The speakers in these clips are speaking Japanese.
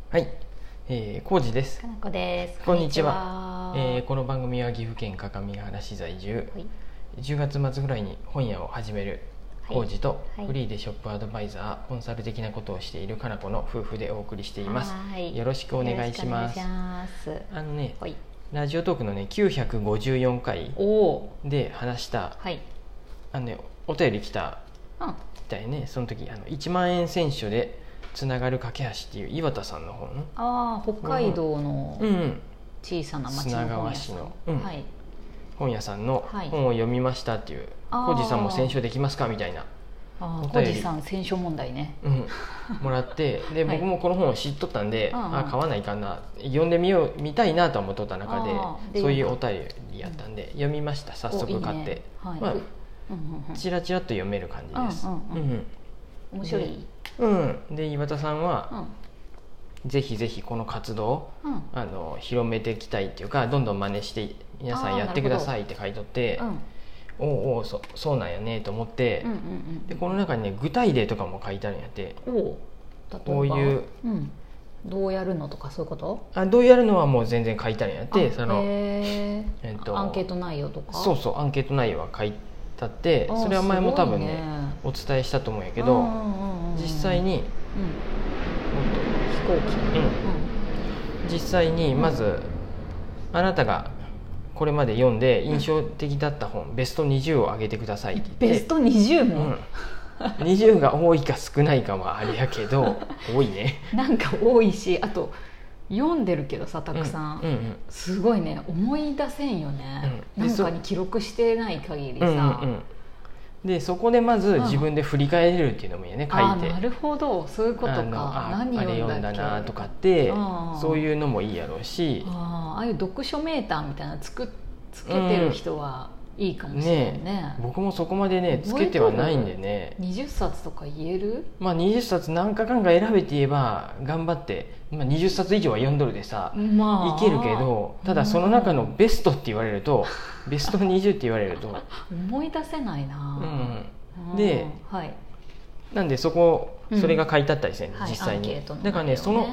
はい、浩二です。 かなこです。 こんにちは。この番組は岐阜県各務原市在住、はい、10月末ぐらいに本屋を始める浩二と、はい、フリーでショップアドバイザー、コンサル的なことをしているかなこの夫婦でお送りしています。よろしくお願いします。はい、ラジオトークのね954回で話した、はい、お便り来たみたいね。その時1万円選手でつながる架け橋っていう岩田さんの本、 北海道の小さな町の砂川市の、本屋さんの本を読みましたっていう、浩二さんも選書できますかみたいな浩二さん選書問題ね、 もらってで、僕もこの本を知っとったんで、買わないかな、読んで見たいなと思っとった中でそういうお便りやったんで、読みました。早速買って、チラチラっと読める感じです。 面白い。 で岩田さんは、ぜひぜひこの活動を、広めていきたいっていうか、どんどん真似して皆さんやってくださいって書いとって、おそうなんやねと思って、でこの中にね具体例とかも書いてあるんやって。こういう、 どうやるのとかそういうこと？ どうやるのはもう全然書いてあるんやって。 アンケート内容とか。 そうアンケート内容は書いてあって、それは前も多分ねお伝えしたと思うんやけど、実際に飛行機、 実際にまず、あなたがこれまで読んで印象的だった本、ベスト20を上げてくださいって言って。 ベスト20も、 20が多いか少ないかはあれやけど多いね。 なんか多いし、あと読んでるけどさ、たくさん、すごいね、思い出せんよね、なんかに記録してない限りさ。 でそこでまず自分で振り返れるっていうのもいいね、書いて。 なるほど、そういうことか。 何読んだなとかって、そういうのもいいやろうし、 ああいう読書メーターみたいなつけてる人はいいかもしれないね。 僕もそこまでねつけてはないんでね。 20冊とか言える ？20冊何かかんか選べて言えば頑張って、20冊以上は読んどるでさ、いけるけど、ただその中のベストって言われると、ベスト20って言われると思い出せないな。 で、なんでそれが書いてあったりする、実際に。だからね、その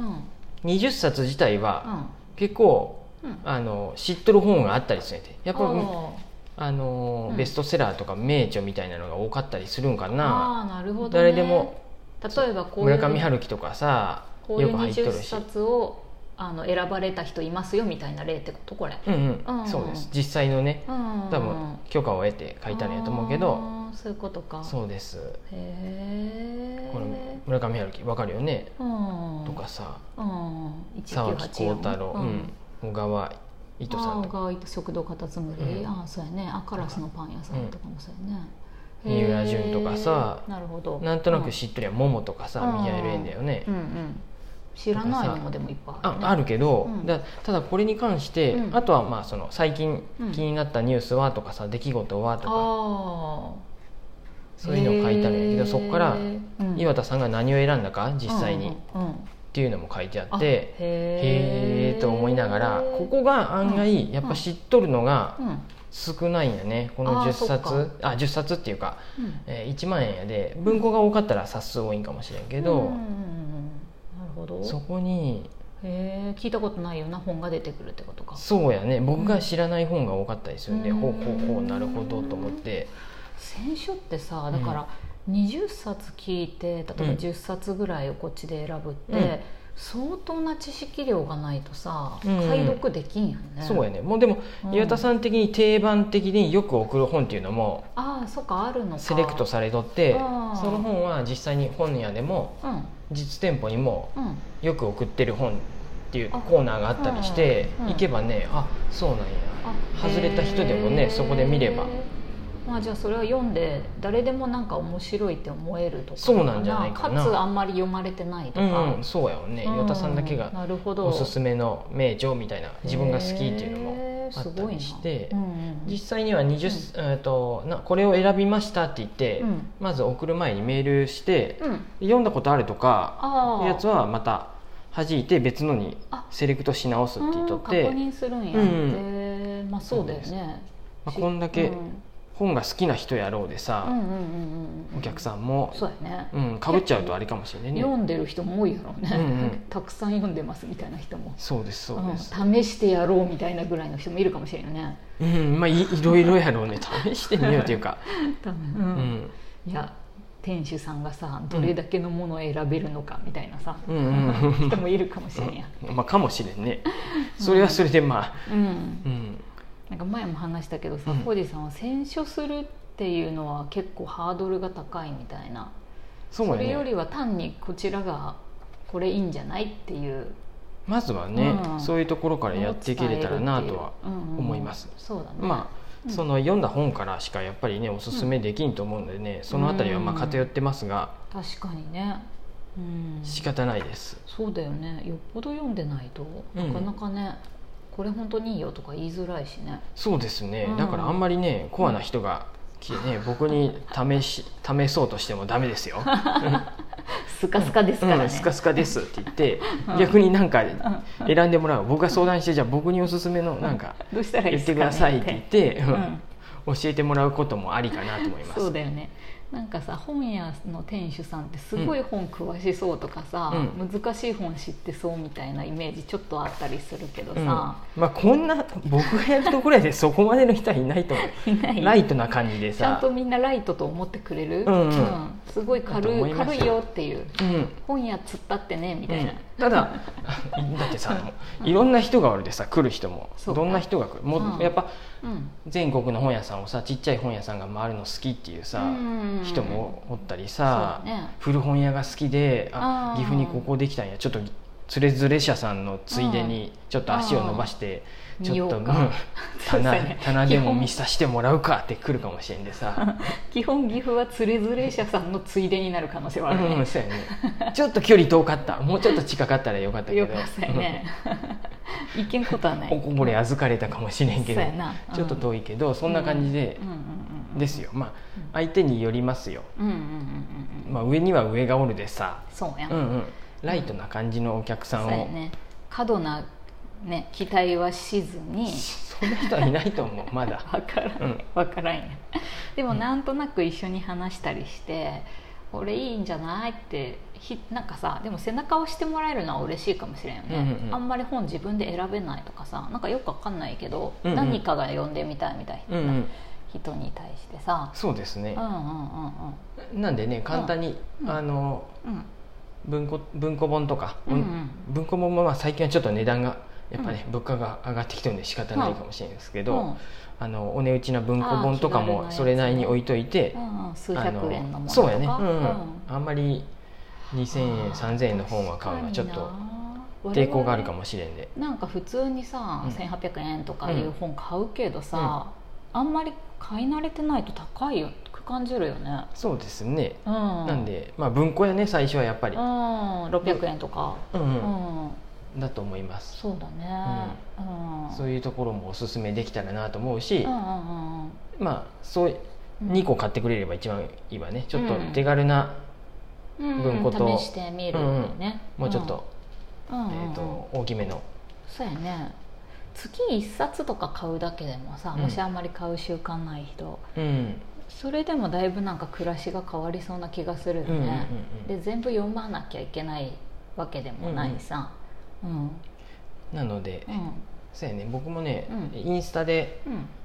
20冊自体は結構知っとる本があったりするんで、やっぱベストセラーとか名著みたいなのが多かったりするんかな。 なるほどね。 誰でも、 例えばこういう村上春樹とかさ、よく入っとるし、 20冊を選ばれた人いますよみたいな例ってこと？これそうです。実際のね、多分許可を得て書いたんやと思うけど。 そういうことか。 そうです。こへの村上春樹わかるよね、とかさ、沢木耕太郎、小川糸さんとか、 食堂カタツムリ、そうやね、カラスのパン屋さんとかもそうやね、 三浦淳とかさ、 なるほど。 なんとなく知ってるやん、桃とかさ、ミハエル・エンだよね。 知らないのもでもいっぱいあるけど、ただこれに関して、あとはその最近気になったニュースはとかさ、出来事はとか、そういうのを書いてあるんやけど、そこから岩田さんが何を選んだか実際にっていうのも書いてあって、へーと思いながら、ここが案外やっぱ知っとるのが少ないんやね。この10冊10冊っていうか、1万円やで、文庫が多かったら冊数多いんかもしれんけど、そこに聞いたことないような本が出てくるってことか。 そうやね、僕が知らない本が多かったりするんで、ほうなるほどと思って。 選書ってさ、だから20冊聞いて、例えば10冊ぐらいをこっちで選ぶって、相当な知識量がないとさ、解読できんやんね。 そうやね。もうでも岩田さん的に定番的によく送る本っていうのもあるのか、 セレクトされとって、その本は実際に本屋でも実店舗にもよく送ってる本っていうコーナーがあったりして、行けばね、そうなんや、外れた人でもねそこで見れば、 じゃあそれを読んで誰でもなんか面白いって思えるとか、 そうなんじゃないかな。 かつあんまり読まれてないとか、 そうやよね。岩田さんだけがおすすめの名著みたいな、自分が好きっていうのもあったりして、実際にはこれを選びましたって言って、まず送る前にメールして、読んだことあるとかいうやつはまた弾いて別のにセレクトし直すって言っとって、 確認するんや。そうだよね。 こんだけ本が好きな人やろうでさ、お客さんもそうやね、 うん、かぶっちゃうとあれかもしれないね。 読んでる人も多いやろうね、たくさん読んでますみたいな人も。 そうですそうです、 試してやろうみたいなぐらいの人もいるかもしれないね。 まあいろいろやろうね、試してみようというか多分、いや店主さんがさどれだけのものを選べるのかみたいなさ、人もいるかもしれんや、 まあかもしれんね。それはそれでまあ、 なんか前も話したけどさ、コージさんは選書するっていうのは結構ハードルが高いみたいな。それよりは単にこちらがこれいいんじゃないっていう、 まずはね、そういうところからやっていけれたらなとは思います。 そうだね。 まあその読んだ本からしかやっぱりねおすすめできんと思うのでね、そのあたりはまあ偏ってますが、 確かにね、 仕方ないです。 そうだよね、よっぽど読んでないとなかなかね、これ本当にいいよとか言いづらいしね。 そうですね、だからあんまりねコアな人が来てね、僕に試そうとしてもダメですよスカスカですからね、 スカスカですって言って逆になんか選んでもらう、僕が相談して、じゃあ僕におすすめのなんか言ってくださいって言って教えてもらうこともありかなと思います。 そうだよね。なんかさ、本屋の店主さんってすごい本詳しそうとかさ、難しい本知ってそうみたいなイメージちょっとあったりするけどさ、 まあこんな僕がやるところでそこまでの人はいないと思う。いないライトな感じでさ、 ちゃんとみんなライトと思ってくれる、すごい軽いよっていう、本屋つったってねみたいな、 ただだってさいろんな人がおるでさ、来る人もどんな人が来るもうやっぱ全国の本屋さんをさ、ちっちゃい本屋さんが回るの好きっていうさ人もおったりさ、古本屋が好きで岐阜にここできたんや、ちょっとつれづれ社さんのついでにちょっと足を伸ばしてちょっと棚でも見させてもらうかって来るかもしれんでさ基本岐阜はつれづれ社さんのついでになる可能性はあるね。 そうやね、ちょっと距離遠かった、もうちょっと近かったらよかったけど、 よかったよねいけんことはない、 おこぼれ預かれたかもしれんけど、ちょっと遠いけどそんな感じでですよ。まあ相手によりますよ。まあ上には上がおるでさ、 そうや、 ライトな感じのお客さんを、 過度なね期待はしずに、 そんな人はいないと思うまだ分からんやでもなんとなく一緒に話したりしてこれいいんじゃないってなんかさ、でも背中を押してもらえるのは嬉しいかもしれんよね、あんまり本自分で選べないとかさ、なんかよくわかんないけど、何かが読んでみたいみたいな、人に対してさ、 そうですね、なんでね簡単に、文庫本とか、文庫本もまあ最近はちょっと値段がやっぱね、物価が上がってきてるんで仕方ないかもしれないですけど、お値打ちな文庫本とかもそれなりに置いといて、 数百円のものとか、 そうやね、あんまり2000円3000円の本は買うのはちょっと抵抗があるかもしれんで、 なんか普通にさ、1800円とかいう本買うけどさ、あんまり買い慣れてないと高いよ感じるよね。 そうですね、なんで、まあ、文庫やね最初はやっぱり、 600円とか、 だと思います。 そうだね、 そういうところもおすすめできたらなと思うし、まあそう2個買ってくれれば一番いいわね。ちょっと手軽な文庫と、 試してみるね、 もうちょっと、大きめの、 そうやね、月1冊とか買うだけでもさ、もしあんまり買う習慣ない人、それでもだいぶなんか暮らしが変わりそうな気がするよね。で全部読まなきゃいけないわけでもないさ、 なので、そうやね、僕もね、インスタで、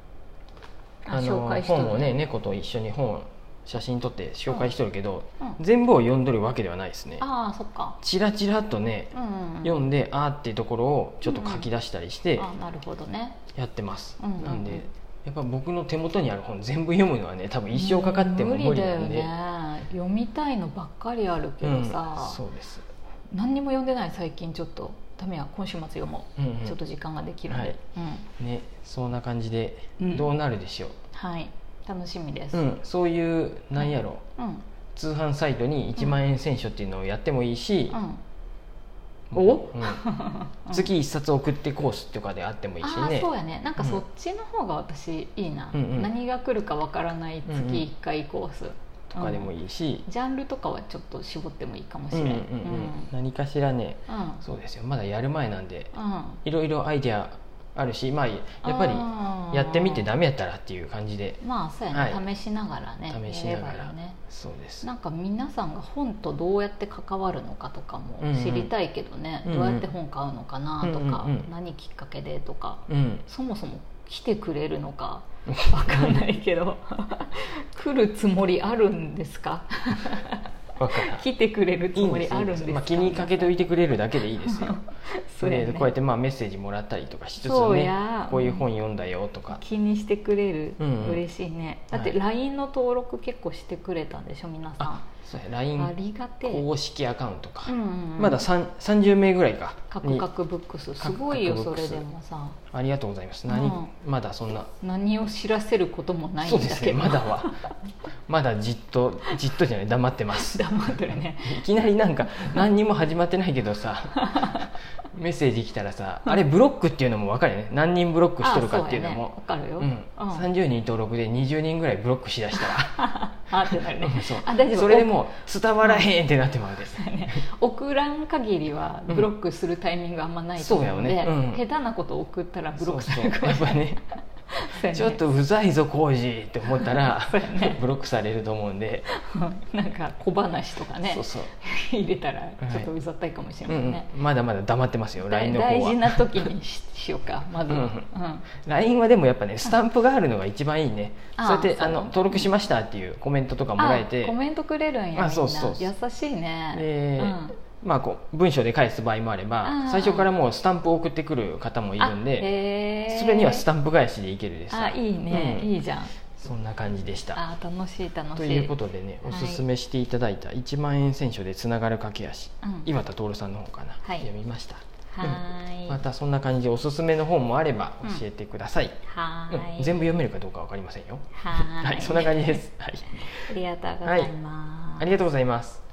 本をね、猫と一緒に写真撮って紹介しとるけど、全部を読んどるわけではないですね。 あ、そっか。 チラチラっとね、読んであーっていうところをちょっと書き出したりしてやってます。なんでやっぱ僕の手元にある本全部読むのはね、多分一生かかっても無理なんで、 無理だよね。読みたいのばっかりあるけどさ、 そうです。 何にも読んでない最近。ちょっとダメや、今週末読もう、ちょっと時間ができるんで、 ね、そんな感じでどうなるでしょう。 はい、楽しみです。 そういうなんやろ、通販サイトに1万円選書っていうのをやってもいいし、月1冊送ってコースとかであってもいいしね。 そうやね、なんかそっちの方が私いいな、何が来るかわからない月1回コースとかでもいいし、 ジャンルとかはちょっと絞ってもいいかもしれない。 何かしらね、そうですよ、まだやる前なんで、いろいろアイデアあるし、まあ、やっぱりやってみてダメやったらっていう感じで、 まあそうやね、はい、試しながらね、 試しながら、 ね、 そうです。 なんか皆さんが本とどうやって関わるのかとかも知りたいけどね、どうやって本買うのかなとか、何きっかけでとか、そもそも来てくれるのか分かんないけど来るつもりあるんですか来てくれるつもりあるんですか。 気にかけておいてくれるだけでいいですよそれでこうやってメッセージもらったりとかしつつね、こういう本読んだよとか気にしてくれる、嬉しいね。だって LINE の登録結構してくれたんでしょ皆さん。 そうや LINE 公式アカウントか、まだ30名ぐらいか。 カクカクブックスすごいよ。それでもさ、 ありがとうございます。まだそんな何を知らせることもないんだけど。そうですね、 まだじっとじゃない黙ってます黙ってるねいきなりなんか何にも始まってないけどさメッセージ来たらさ、あれブロックっていうのも分かるよね。何人ブロックしとるかっていうのも分かるよ。 30人登録で20人ぐらいブロックしだしたらあってなるね。 それでもう伝わらへんってなってまうです送らん限りはブロックするタイミングあんまないと思うので、下手なこと送ったらブロックされるかもしれない。 ちょっとうざいぞコージって思ったらブロックされると思うんでなんか小話とかね入れたらちょっとうざったいかもしれないね。 まだまだ黙ってますよ LINE の方は。 大事な時にしようかまず。 LINE はでもやっぱねスタンプがあるのが一番いいね。そうやって登録しましたっていうコメントとかもらえて、 コメントくれるんやみんな。優しいね。 まあ、こう文章で返す場合もあれば最初からもうスタンプを送ってくる方もいるんで、それにはスタンプ返しでいけるです。 いいね、いいじゃん。 そんな感じでした。 楽しい楽しい。 ということでね、おすすめしていただいた1万円選手でつながる駆け足、岩田徹さんの方かな、読みました。またそんな感じでおすすめの本もあれば教えてください。全部読めるかどうか分かりませんよ。はい、そんな感じです。 ありがとうございます。 ありがとうございます。